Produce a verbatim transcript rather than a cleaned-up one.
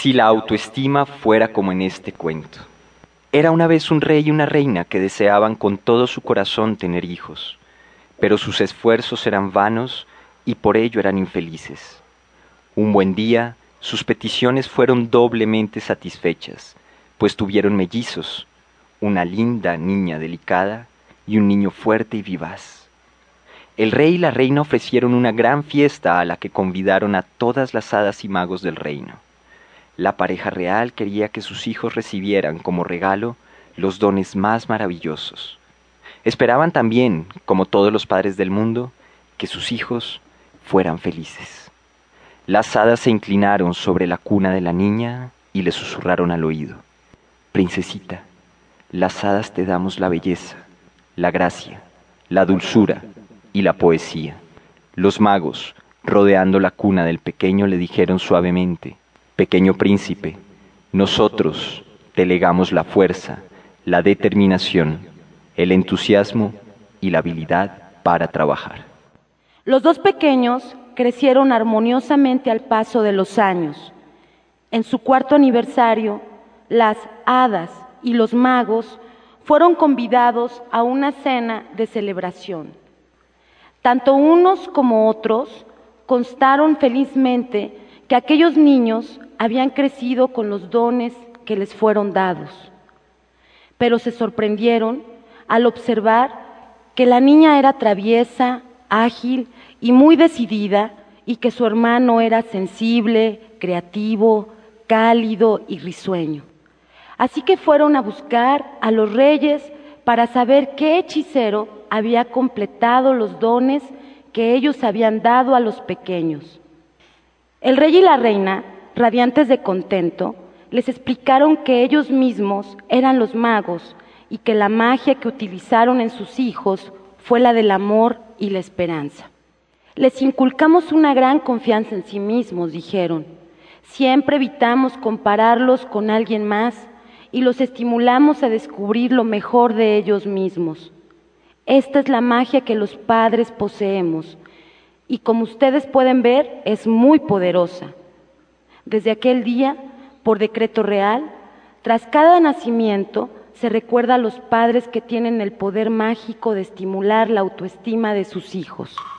si la autoestima fuera como en este cuento. Era una vez un rey y una reina que deseaban con todo su corazón tener hijos, pero sus esfuerzos eran vanos y por ello eran infelices. Un buen día, sus peticiones fueron doblemente satisfechas, pues tuvieron mellizos, una linda niña delicada y un niño fuerte y vivaz. El rey y la reina ofrecieron una gran fiesta a la que convidaron a todas las hadas y magos del reino. La pareja real quería que sus hijos recibieran como regalo los dones más maravillosos. Esperaban también, como todos los padres del mundo, que sus hijos fueran felices. Las hadas se inclinaron sobre la cuna de la niña y le susurraron al oído: «Princesita, las hadas te damos la belleza, la gracia, la dulzura y la poesía». Los magos, rodeando la cuna del pequeño, le dijeron suavemente: «Pequeño príncipe, nosotros te legamos la fuerza, la determinación, el entusiasmo y la habilidad para trabajar». Los dos pequeños crecieron armoniosamente al paso de los años. En su cuarto aniversario, las hadas y los magos fueron convidados a una cena de celebración. Tanto unos como otros constaron felizmente que aquellos niños habían crecido con los dones que les fueron dados. Pero se sorprendieron al observar que la niña era traviesa, ágil y muy decidida, y que su hermano era sensible, creativo, cálido y risueño. Así que fueron a buscar a los reyes para saber qué hechicero había completado los dones que ellos habían dado a los pequeños. El rey y la reina, radiantes de contento, les explicaron que ellos mismos eran los magos y que la magia que utilizaron en sus hijos fue la del amor y la esperanza. Les inculcamos una gran confianza en sí mismos, dijeron. Siempre evitamos compararlos con alguien más y los estimulamos a descubrir lo mejor de ellos mismos. Esta es la magia que los padres poseemos y, como ustedes pueden ver, es muy poderosa. Desde aquel día, por decreto real, tras cada nacimiento se recuerda a los padres que tienen el poder mágico de estimular la autoestima de sus hijos.